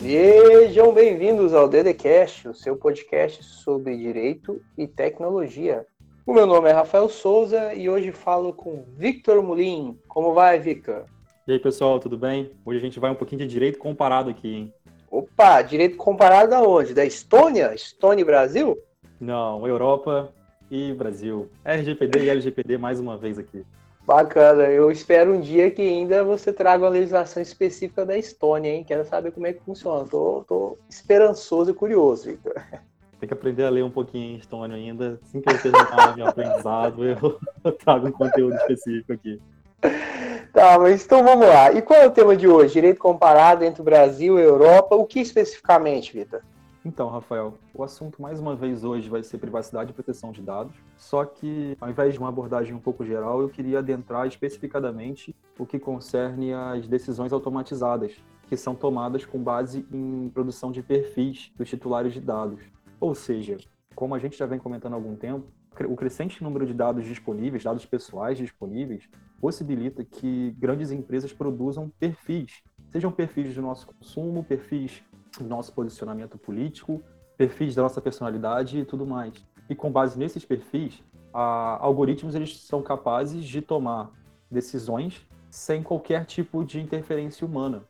Sejam bem-vindos ao DDCast, o seu podcast sobre direito e tecnologia. O meu nome é Rafael Souza e hoje falo com Victor Mulin. Como vai, Victor? E aí, pessoal, tudo bem? Hoje a gente vai um pouquinho de direito comparado aqui, hein? Opa, direito comparado aonde? Da Estônia? Estônia e Brasil? Não, Europa e Brasil. RGPD e LGPD mais uma vez aqui. Bacana, eu espero um dia que ainda você traga uma legislação específica da Estônia, hein? Quero saber como é que funciona. Tô esperançoso e curioso, Victor. Tem que aprender a ler um pouquinho em estônio ainda. Assim que eu terminar meu aprendizado, eu trago um conteúdo específico aqui. Tá, mas então vamos lá. E qual é o tema de hoje? Direito comparado entre o Brasil e a Europa. O que especificamente, Vitor? Então, Rafael, o assunto mais uma vez hoje vai ser privacidade e proteção de dados. Só que, ao invés de uma abordagem um pouco geral, eu queria adentrar especificadamente o que concerne às decisões automatizadas, que são tomadas com base em produção de perfis dos titulares de dados. Ou seja, como a gente já vem comentando há algum tempo, o crescente número de dados disponíveis, dados pessoais disponíveis, possibilita que grandes empresas produzam perfis, sejam perfis do nosso consumo, perfis do nosso posicionamento político, perfis da nossa personalidade e tudo mais. E com base nesses perfis, algoritmos eles são capazes de tomar decisões sem qualquer tipo de interferência humana.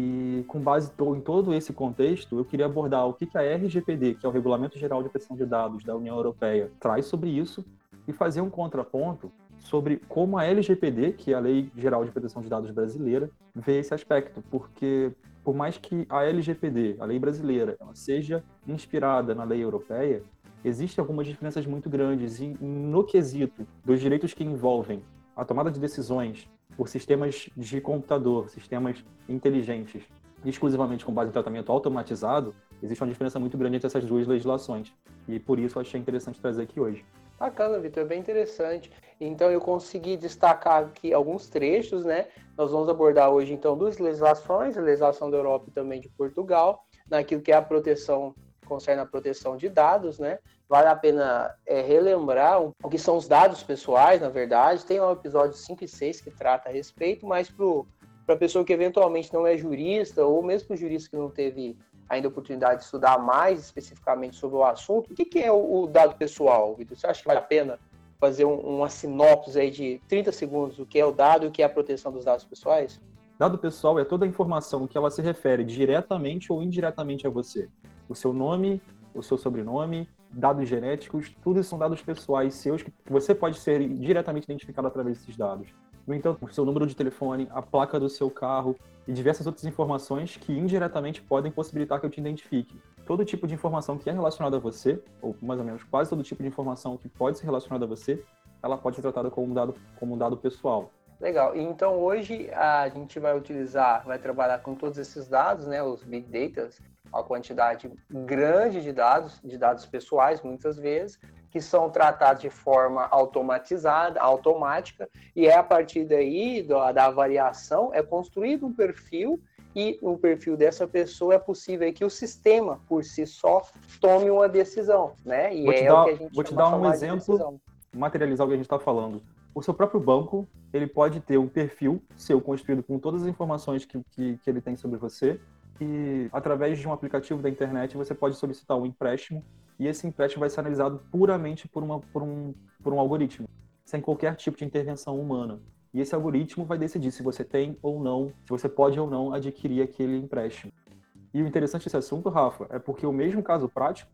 E com base em todo esse contexto, eu queria abordar o que a RGPD, que é o Regulamento Geral de Proteção de Dados da União Europeia, traz sobre isso e fazer um contraponto sobre como a LGPD, que é a Lei Geral de Proteção de Dados brasileira, vê esse aspecto, porque por mais que a LGPD, a lei brasileira, ela seja inspirada na lei europeia, existem algumas diferenças muito grandes no quesito dos direitos que envolvem a tomada de decisões por sistemas de computador, sistemas inteligentes, exclusivamente com base em tratamento automatizado, existe uma diferença muito grande entre essas duas legislações. E por isso eu achei interessante trazer aqui hoje. Bacana, Vitor, é bem interessante. Então eu consegui destacar aqui alguns trechos, né? Nós vamos abordar hoje, então, duas legislações, a legislação da Europa e também de Portugal, naquilo que é a proteção, concerne a proteção de dados, né? Vale a pena relembrar o que são os dados pessoais, na verdade. Tem o episódio 5 e 6 que trata a respeito, mas para a pessoa que eventualmente não é jurista, ou mesmo para o jurista que não teve ainda a oportunidade de estudar mais especificamente sobre o assunto, o que é o dado pessoal, Vitor? Você acha que vale a pena fazer uma sinopse aí de 30 segundos do que é o dado e o que é a proteção dos dados pessoais? Dado pessoal é toda a informação que ela se refere diretamente ou indiretamente a você. O seu nome, o seu sobrenome, dados genéticos, tudo isso são dados pessoais seus que você pode ser diretamente identificado através desses dados. No entanto, o seu número de telefone, a placa do seu carro e diversas outras informações que indiretamente podem possibilitar que eu te identifique. Todo tipo de informação que é relacionada a você, ou mais ou menos quase todo tipo de informação que pode ser relacionada a você, ela pode ser tratada como um dado pessoal. Legal. Então hoje a gente vai trabalhar com todos esses dados, né, os big data, uma quantidade grande de dados pessoais, muitas vezes, que são tratados de forma automatizada, automática, e é a partir daí, da avaliação, é construído um perfil, e no perfil dessa pessoa é possível que o sistema, por si só, tome uma decisão, né? E o que a gente vou te chama dar um chamar de exemplo, decisão. materializar o que a gente está falando. O seu próprio banco, ele pode ter um perfil seu construído com todas as informações que ele tem sobre você, e através de um aplicativo da internet você pode solicitar um empréstimo, e esse empréstimo vai ser analisado puramente por um algoritmo, sem qualquer tipo de intervenção humana. E esse algoritmo vai decidir se você tem ou não, se você pode ou não adquirir aquele empréstimo. E o interessante desse assunto, Rafa, é porque o mesmo caso prático,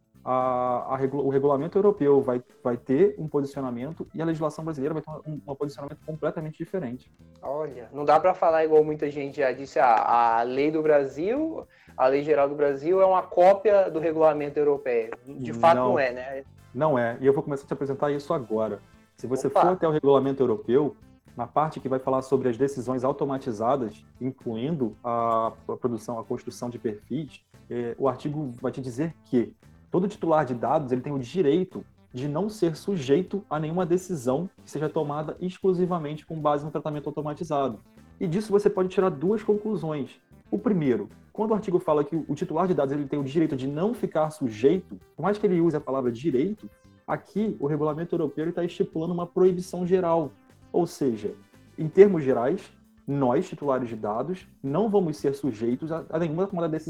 o regulamento europeu vai ter um posicionamento e a legislação brasileira vai ter um posicionamento completamente diferente. Olha, não dá para falar igual muita gente já disse, a lei do Brasil, a lei geral do Brasil é uma cópia do regulamento europeu. De fato não é, né? Não é, e eu vou começar a te apresentar isso agora. Se você Opa. for até o regulamento europeu, na parte que vai falar sobre as decisões automatizadas, incluindo a produção, a construção de perfis, o artigo vai te dizer que todo titular de dados ele tem o direito de não ser sujeito a nenhuma decisão que seja tomada exclusivamente com base no tratamento automatizado. E disso você pode tirar duas conclusões. O primeiro, quando o artigo fala que o titular de dados ele tem o direito de não ficar sujeito, por mais que ele use a palavra direito, aqui o regulamento europeu está estipulando uma proibição geral. Ou seja, em termos gerais, nós, titulares de dados, não vamos ser sujeitos a nenhuma tomada de decisão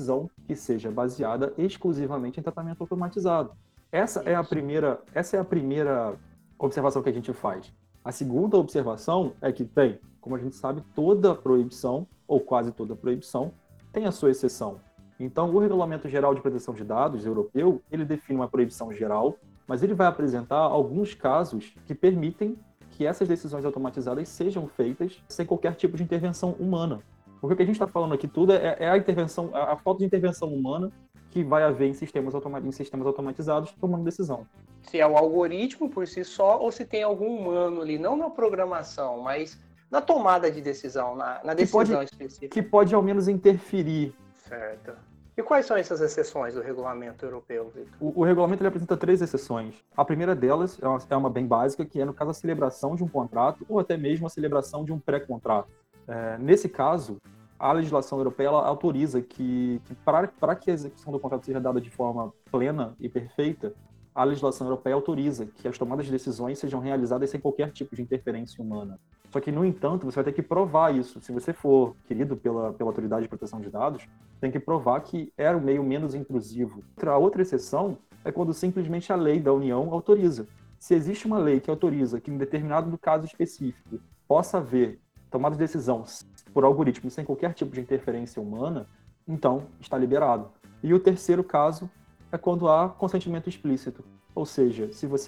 que seja baseada exclusivamente em tratamento automatizado. Essa é a primeira observação que a gente faz. A segunda observação é que, bem, como a gente sabe, toda proibição, ou quase toda proibição, tem a sua exceção. Então, o Regulamento Geral de Proteção de Dados europeu, ele define uma proibição geral, mas ele vai apresentar alguns casos que permitem que essas decisões automatizadas sejam feitas sem qualquer tipo de intervenção humana. Porque o que a gente está falando aqui tudo é a falta de intervenção humana que vai haver em sistemas automatizados tomando decisão. Se é o algoritmo por si só ou se tem algum humano ali, não na programação, mas na tomada de decisão, na decisão específica. Que pode ao menos interferir. Certo. E quais são essas exceções do regulamento europeu, Victor? O regulamento ele apresenta 3 exceções. A primeira delas é uma bem básica, que é, no caso, a celebração de um contrato ou até mesmo a celebração de um pré-contrato. Nesse caso, a legislação europeia ela autoriza que para que a execução do contrato seja dada de forma plena e perfeita, a legislação europeia autoriza que as tomadas de decisões sejam realizadas sem qualquer tipo de interferência humana. Só que, no entanto, você vai ter que provar isso. Se você for querido pela Autoridade de Proteção de Dados, tem que provar que era o meio menos intrusivo. A outra exceção é quando simplesmente a lei da União autoriza. Se existe uma lei que autoriza que, em determinado caso específico, possa haver tomada de decisão por algoritmo sem qualquer tipo de interferência humana, então está liberado. E o terceiro caso é quando há consentimento explícito. Ou seja, se você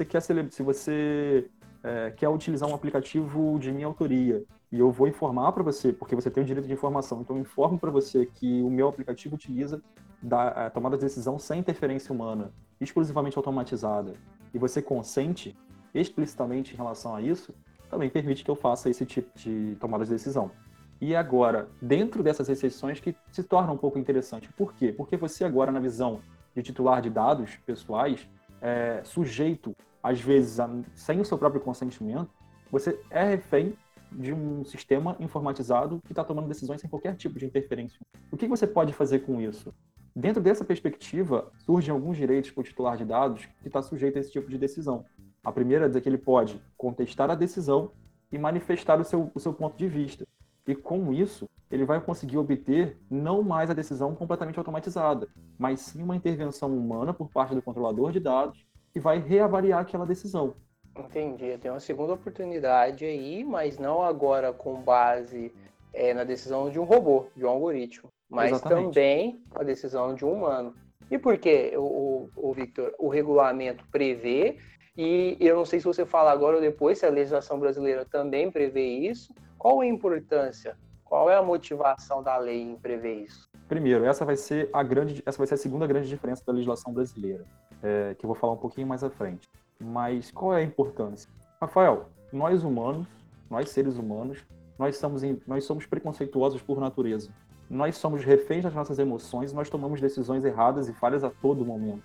quer utilizar um aplicativo de minha autoria e eu vou informar para você, porque você tem o direito de informação, então eu informo para você que o meu aplicativo utiliza a tomada de decisão sem interferência humana, exclusivamente automatizada, e você consente explicitamente em relação a isso, também permite que eu faça esse tipo de tomada de decisão. E agora, dentro dessas exceções que se torna um pouco interessante. Por quê? Porque você agora, na visão de titular de dados pessoais, sujeito, às vezes, sem o seu próprio consentimento, você é refém de um sistema informatizado que está tomando decisões sem qualquer tipo de interferência. O que você pode fazer com isso? Dentro dessa perspectiva, surgem alguns direitos para o titular de dados que está sujeito a esse tipo de decisão. A primeira é dizer que ele pode contestar a decisão e manifestar o seu ponto de vista. E com isso, ele vai conseguir obter não mais a decisão completamente automatizada, mas sim uma intervenção humana por parte do controlador de dados que vai reavaliar aquela decisão. Entendi. Tem uma segunda oportunidade aí, mas não agora com base na decisão de um robô, de um algoritmo, mas Exatamente. também a decisão de um humano. E por que, Victor, o regulamento prevê, e eu não sei se você fala agora ou depois, se a legislação brasileira também prevê isso, qual a importância, qual é a motivação da lei em prever isso? Primeiro, essa vai ser a segunda grande diferença da legislação brasileira, que eu vou falar um pouquinho mais à frente. Mas qual é a importância? Rafael, nós humanos, nós seres humanos, nós somos preconceituosos por natureza. Nós somos reféns das nossas emoções, nós tomamos decisões erradas e falhas a todo momento.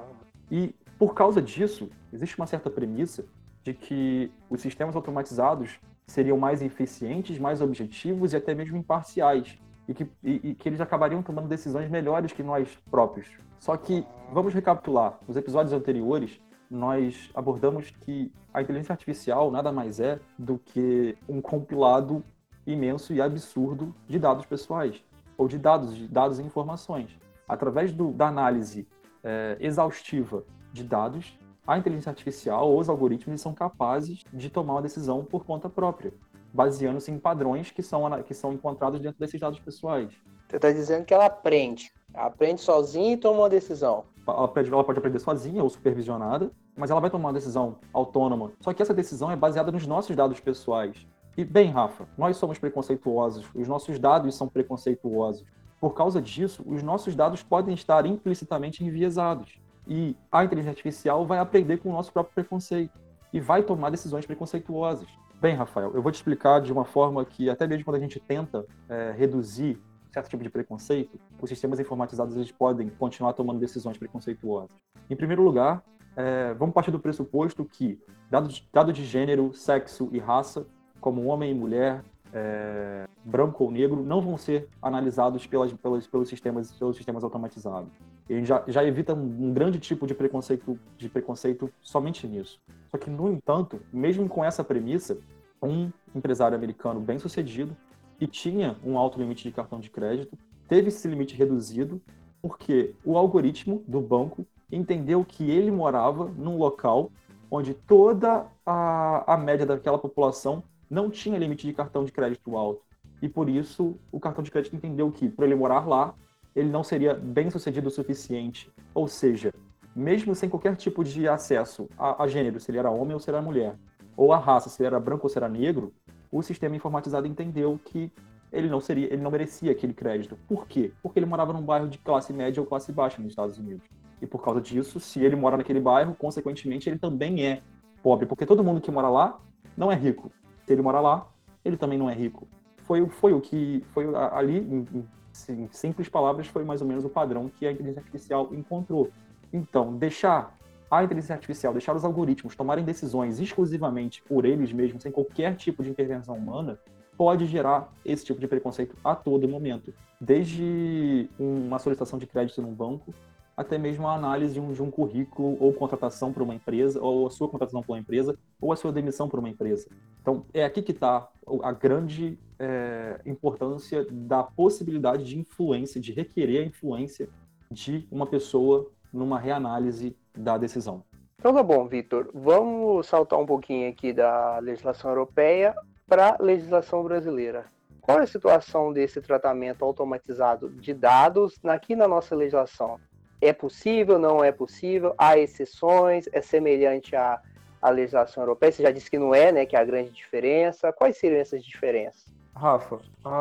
E, por causa disso, existe uma certa premissa de que os sistemas automatizados seriam mais eficientes, mais objetivos e até mesmo imparciais, e que eles acabariam tomando decisões melhores que nós próprios. Só que, vamos recapitular, nos episódios anteriores, nós abordamos que a inteligência artificial nada mais é do que um compilado imenso e absurdo de dados pessoais, ou de dados e informações. Através da análise exaustiva de dados, a inteligência artificial ou os algoritmos são capazes de tomar uma decisão por conta própria, baseando-se em padrões que são encontrados dentro desses dados pessoais. Você está dizendo que ela aprende sozinha e toma uma decisão. Ela pode aprender sozinha ou supervisionada, mas ela vai tomar uma decisão autônoma. Só que essa decisão é baseada nos nossos dados pessoais. E, bem, Rafa, nós somos preconceituosos, os nossos dados são preconceituosos. Por causa disso, os nossos dados podem estar implicitamente enviesados. E a inteligência artificial vai aprender com o nosso próprio preconceito e vai tomar decisões preconceituosas. Bem, Rafael, eu vou te explicar de uma forma que até mesmo quando a gente tenta reduzir certo tipo de preconceito, os sistemas informatizados eles podem continuar tomando decisões preconceituosas. Em primeiro lugar, vamos partir do pressuposto que dado de gênero, sexo e raça, como homem e mulher, branco ou negro, não vão ser analisados pelos sistemas automatizados. Ele já evita um grande tipo de preconceito somente nisso. Só que, no entanto, mesmo com essa premissa, um empresário americano bem-sucedido, que tinha um alto limite de cartão de crédito, teve esse limite reduzido porque o algoritmo do banco entendeu que ele morava num local onde toda a média daquela população não tinha limite de cartão de crédito alto. E por isso, o cartão de crédito entendeu que, por ele morar lá, ele não seria bem sucedido o suficiente. Ou seja, mesmo sem qualquer tipo de acesso a gênero, se ele era homem ou se era mulher, ou a raça, se ele era branco ou se era negro, o sistema informatizado entendeu que ele não merecia aquele crédito. Por quê? Porque ele morava num bairro de classe média ou classe baixa nos Estados Unidos. E por causa disso, se ele mora naquele bairro, consequentemente, ele também é pobre, porque todo mundo que mora lá não é rico. Se ele mora lá, ele também não é rico. Foi o que foi ali, em simples palavras, foi mais ou menos o padrão que a inteligência artificial encontrou. Então, deixar a inteligência artificial, deixar os algoritmos tomarem decisões exclusivamente por eles mesmos, sem qualquer tipo de intervenção humana, pode gerar esse tipo de preconceito a todo momento. Desde uma solicitação de crédito num banco, até mesmo a análise de um currículo ou contratação para uma empresa, ou a sua contratação para uma empresa, ou a sua demissão para uma empresa. Então, é aqui que está a grande importância da possibilidade de influência, de requerer a influência de uma pessoa numa reanálise da decisão. Então tá bom, Vitor. Vamos saltar um pouquinho aqui da legislação europeia para a legislação brasileira. Qual é a situação desse tratamento automatizado de dados aqui na nossa legislação? É possível, não é possível? Há exceções? É semelhante à legislação europeia? Você já disse que não é, né? Que é a grande diferença. Quais seriam essas diferenças? Rafa,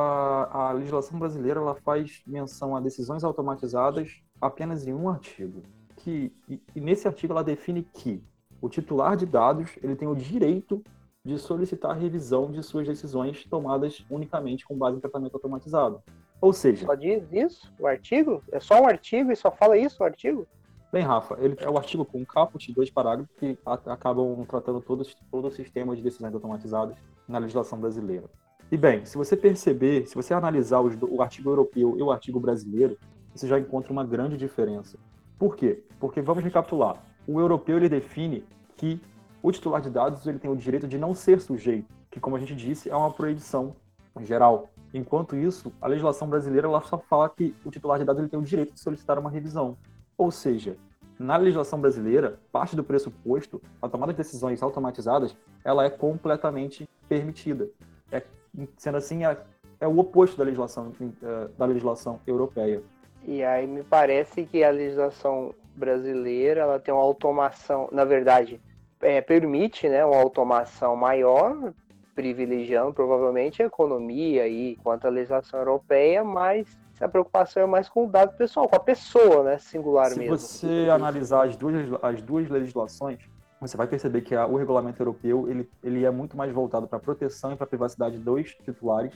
a legislação brasileira ela faz menção a decisões automatizadas apenas em um artigo. E nesse artigo ela define que o titular de dados ele tem o direito de solicitar a revisão de suas decisões tomadas unicamente com base em tratamento automatizado. Ou seja... Só diz isso? O artigo? É só um artigo e só fala isso o artigo? Bem, Rafa, ele é o artigo com um caput, 2 parágrafos, que acabam tratando todo o sistema de decisões automatizadas na legislação brasileira. E bem, se você perceber, se você analisar o artigo europeu e o artigo brasileiro, você já encontra uma grande diferença. Por quê? Porque, vamos recapitular, o europeu ele define que o titular de dados ele tem o direito de não ser sujeito, que, como a gente disse, é uma proibição geral. Enquanto isso, a legislação brasileira ela só fala que o titular de dados ele tem o direito de solicitar uma revisão. Ou seja, na legislação brasileira, parte do pressuposto, a tomada de decisões automatizadas, ela é completamente permitida. Sendo assim, é o oposto da legislação europeia. E aí me parece que a legislação brasileira ela tem uma automação, na verdade, permite, né, uma automação maior, privilegiando provavelmente a economia e quanto à legislação europeia, mas a preocupação é mais com o dado pessoal, com a pessoa, né, singular mesmo. Se você analisar as duas legislações, você vai perceber que o regulamento europeu ele é muito mais voltado para a proteção e para a privacidade dos titulares,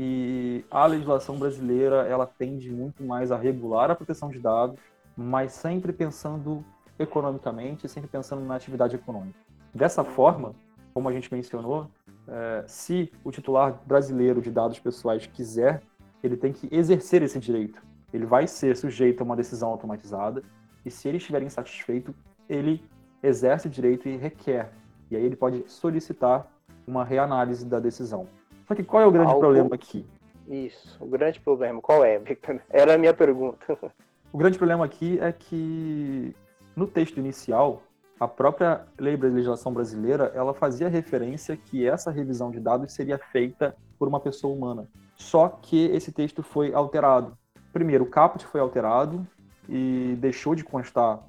e a legislação brasileira ela tende muito mais a regular a proteção de dados, mas sempre pensando economicamente, sempre pensando na atividade econômica. Dessa forma, como a gente mencionou, se o titular brasileiro de dados pessoais quiser, ele tem que exercer esse direito. Ele vai ser sujeito a uma decisão automatizada, e se ele estiver insatisfeito, ele exerce o direito e requer. E aí ele pode solicitar uma reanálise da decisão. Só que qual é o grande problema aqui? Isso, o grande problema, qual é, Victor? Era a minha pergunta. O grande problema aqui é que, no texto inicial, a própria lei da legislação brasileira, ela fazia referência que essa revisão de dados seria feita por uma pessoa humana. Só que esse texto foi alterado. Primeiro, o caput foi alterado e deixou de constar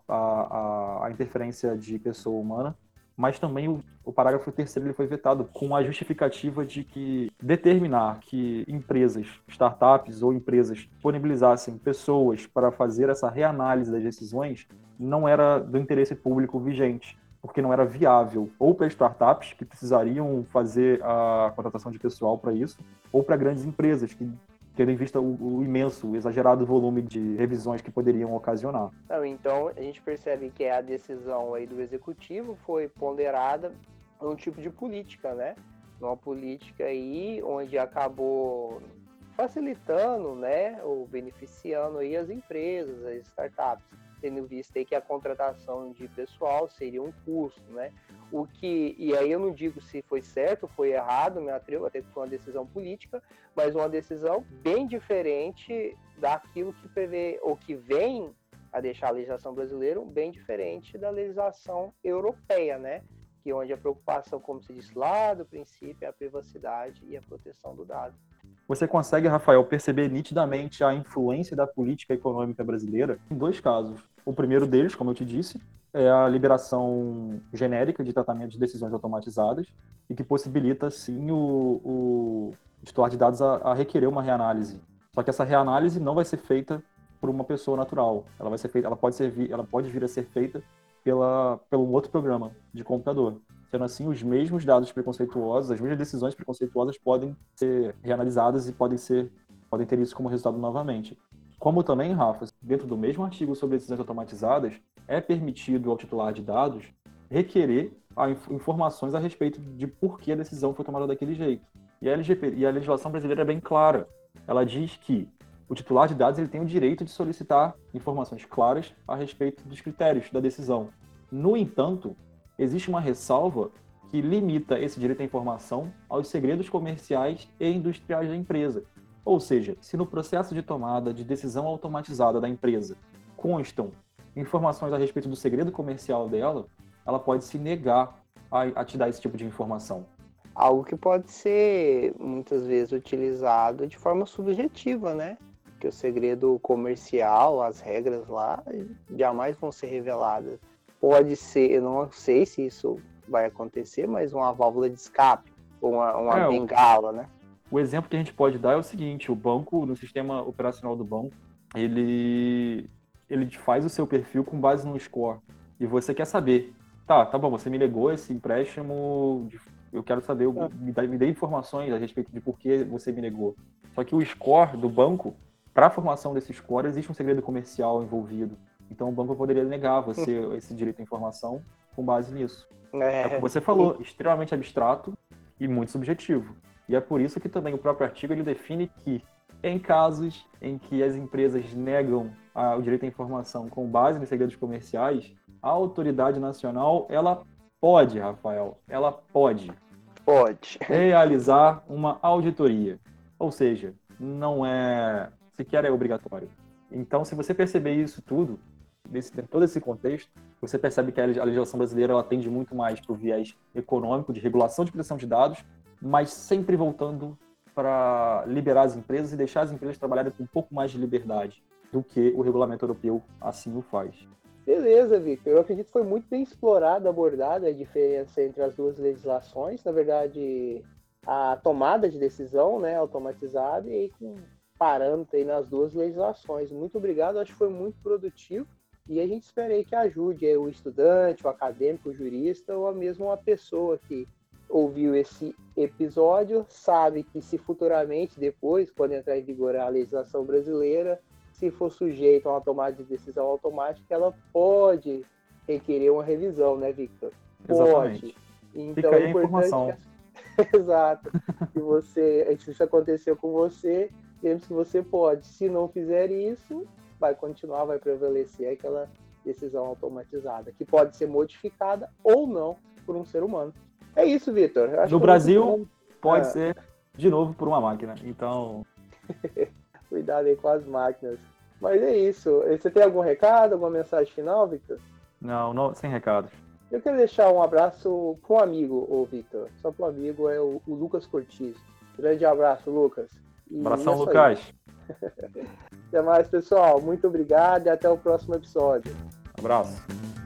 a interferência de pessoa humana, mas também o parágrafo 3º ele foi vetado com a justificativa de que determinar que empresas, startups ou empresas disponibilizassem pessoas para fazer essa reanálise das decisões não era do interesse público vigente, porque não era viável ou para startups que precisariam fazer a contratação de pessoal para isso, ou para grandes empresas que tendo em vista o imenso, o exagerado volume de revisões que poderiam ocasionar. Então, a gente percebe que a decisão aí do executivo foi ponderada num tipo de política, né? Uma política aí onde acabou facilitando, né, ou beneficiando aí as empresas, as startups, tendo visto aí que a contratação de pessoal seria um custo, né? E aí eu não digo se foi certo ou foi errado, me atrevo até que foi uma decisão política, mas uma decisão bem diferente daquilo que prevê, ou que vem a deixar a legislação brasileira bem diferente da legislação europeia, né? Que onde a preocupação, como se disse lá do princípio, é a privacidade e a proteção do dado. Você consegue, Rafael, perceber nitidamente a influência da política econômica brasileira em 2 casos. O primeiro deles, como eu te disse, é a liberação genérica de tratamento de decisões automatizadas e que possibilita, sim, o titular de dados a requerer uma reanálise. Só que essa reanálise não vai ser feita por uma pessoa natural. Ela vai ser feita, ela pode vir a ser feita pelo outro programa de computador. Sendo assim, os mesmos dados preconceituosos, as mesmas decisões preconceituosas podem ser reanalisadas e podem ter isso como resultado novamente. Como também, Rafa, dentro do mesmo artigo sobre decisões automatizadas, é permitido ao titular de dados requerer informações a respeito de por que a decisão foi tomada daquele jeito. E a legislação brasileira é bem clara. Ela diz que o titular de dados ele tem o direito de solicitar informações claras a respeito dos critérios da decisão. No entanto, existe uma ressalva que limita esse direito à informação aos segredos comerciais e industriais da empresa. Ou seja, se no processo de tomada de decisão automatizada da empresa constam informações a respeito do segredo comercial dela, ela pode se negar a te dar esse tipo de informação. Algo que pode ser, muitas vezes, utilizado de forma subjetiva, né? Porque o segredo comercial, as regras lá, jamais vão ser reveladas. Pode ser, eu não sei se isso vai acontecer, mas uma válvula de escape, ou uma bengala, né? O exemplo que a gente pode dar é o seguinte: o banco, no sistema operacional do banco, ele faz o seu perfil com base no score. E você quer saber, tá bom, você me negou esse empréstimo, eu quero saber, me dê informações a respeito de por que você me negou. Só que o score do banco, para a formação desse score, existe um segredo comercial envolvido. Então o banco poderia negar você esse direito à informação com base nisso. É o que você falou, extremamente abstrato e muito subjetivo. E é por isso que também o próprio artigo ele define que, em casos em que as empresas negam o direito à informação com base nos segredos comerciais, a autoridade nacional, ela pode, Rafael, realizar uma auditoria. Ou seja, não é sequer é obrigatório. Então, se você perceber isso tudo, todo esse contexto, você percebe que a legislação brasileira ela tende muito mais para o viés econômico, de regulação de proteção de dados, mas sempre voltando para liberar as empresas e deixar as empresas trabalharem com um pouco mais de liberdade do que o regulamento europeu assim o faz. Beleza, Victor. Eu acredito que foi muito bem explorada, abordada a diferença entre as duas legislações. Na verdade, a tomada de decisão, né, automatizada, e aí com parâmetro aí nas duas legislações. Muito obrigado, acho que foi muito produtivo. E a gente espera aí que ajude aí o estudante, o acadêmico, o jurista ou mesmo uma pessoa que ouviu esse episódio, sabe que se futuramente, depois, quando entrar em vigor a legislação brasileira, se for sujeito a uma tomada de decisão automática, ela pode requerer uma revisão, né, Victor? Exatamente. Pode. Então, fica aí a informação. Exato. Se isso aconteceu com você, lembre-se que você pode. Se não fizer isso, vai continuar, vai prevalecer aquela decisão automatizada, que pode ser modificada ou não por um ser humano. É isso, Victor. No Brasil, pode ser de novo por uma máquina. Então... Cuidado aí com as máquinas. Mas é isso. Você tem algum recado, alguma mensagem final, Victor? Não, sem recados. Eu quero deixar um abraço para um amigo, Victor. Só para um amigo, é o Lucas Cortiz. Grande abraço, Lucas. Abração, Lucas. Até mais, pessoal. Muito obrigado e até o próximo episódio. Abraço.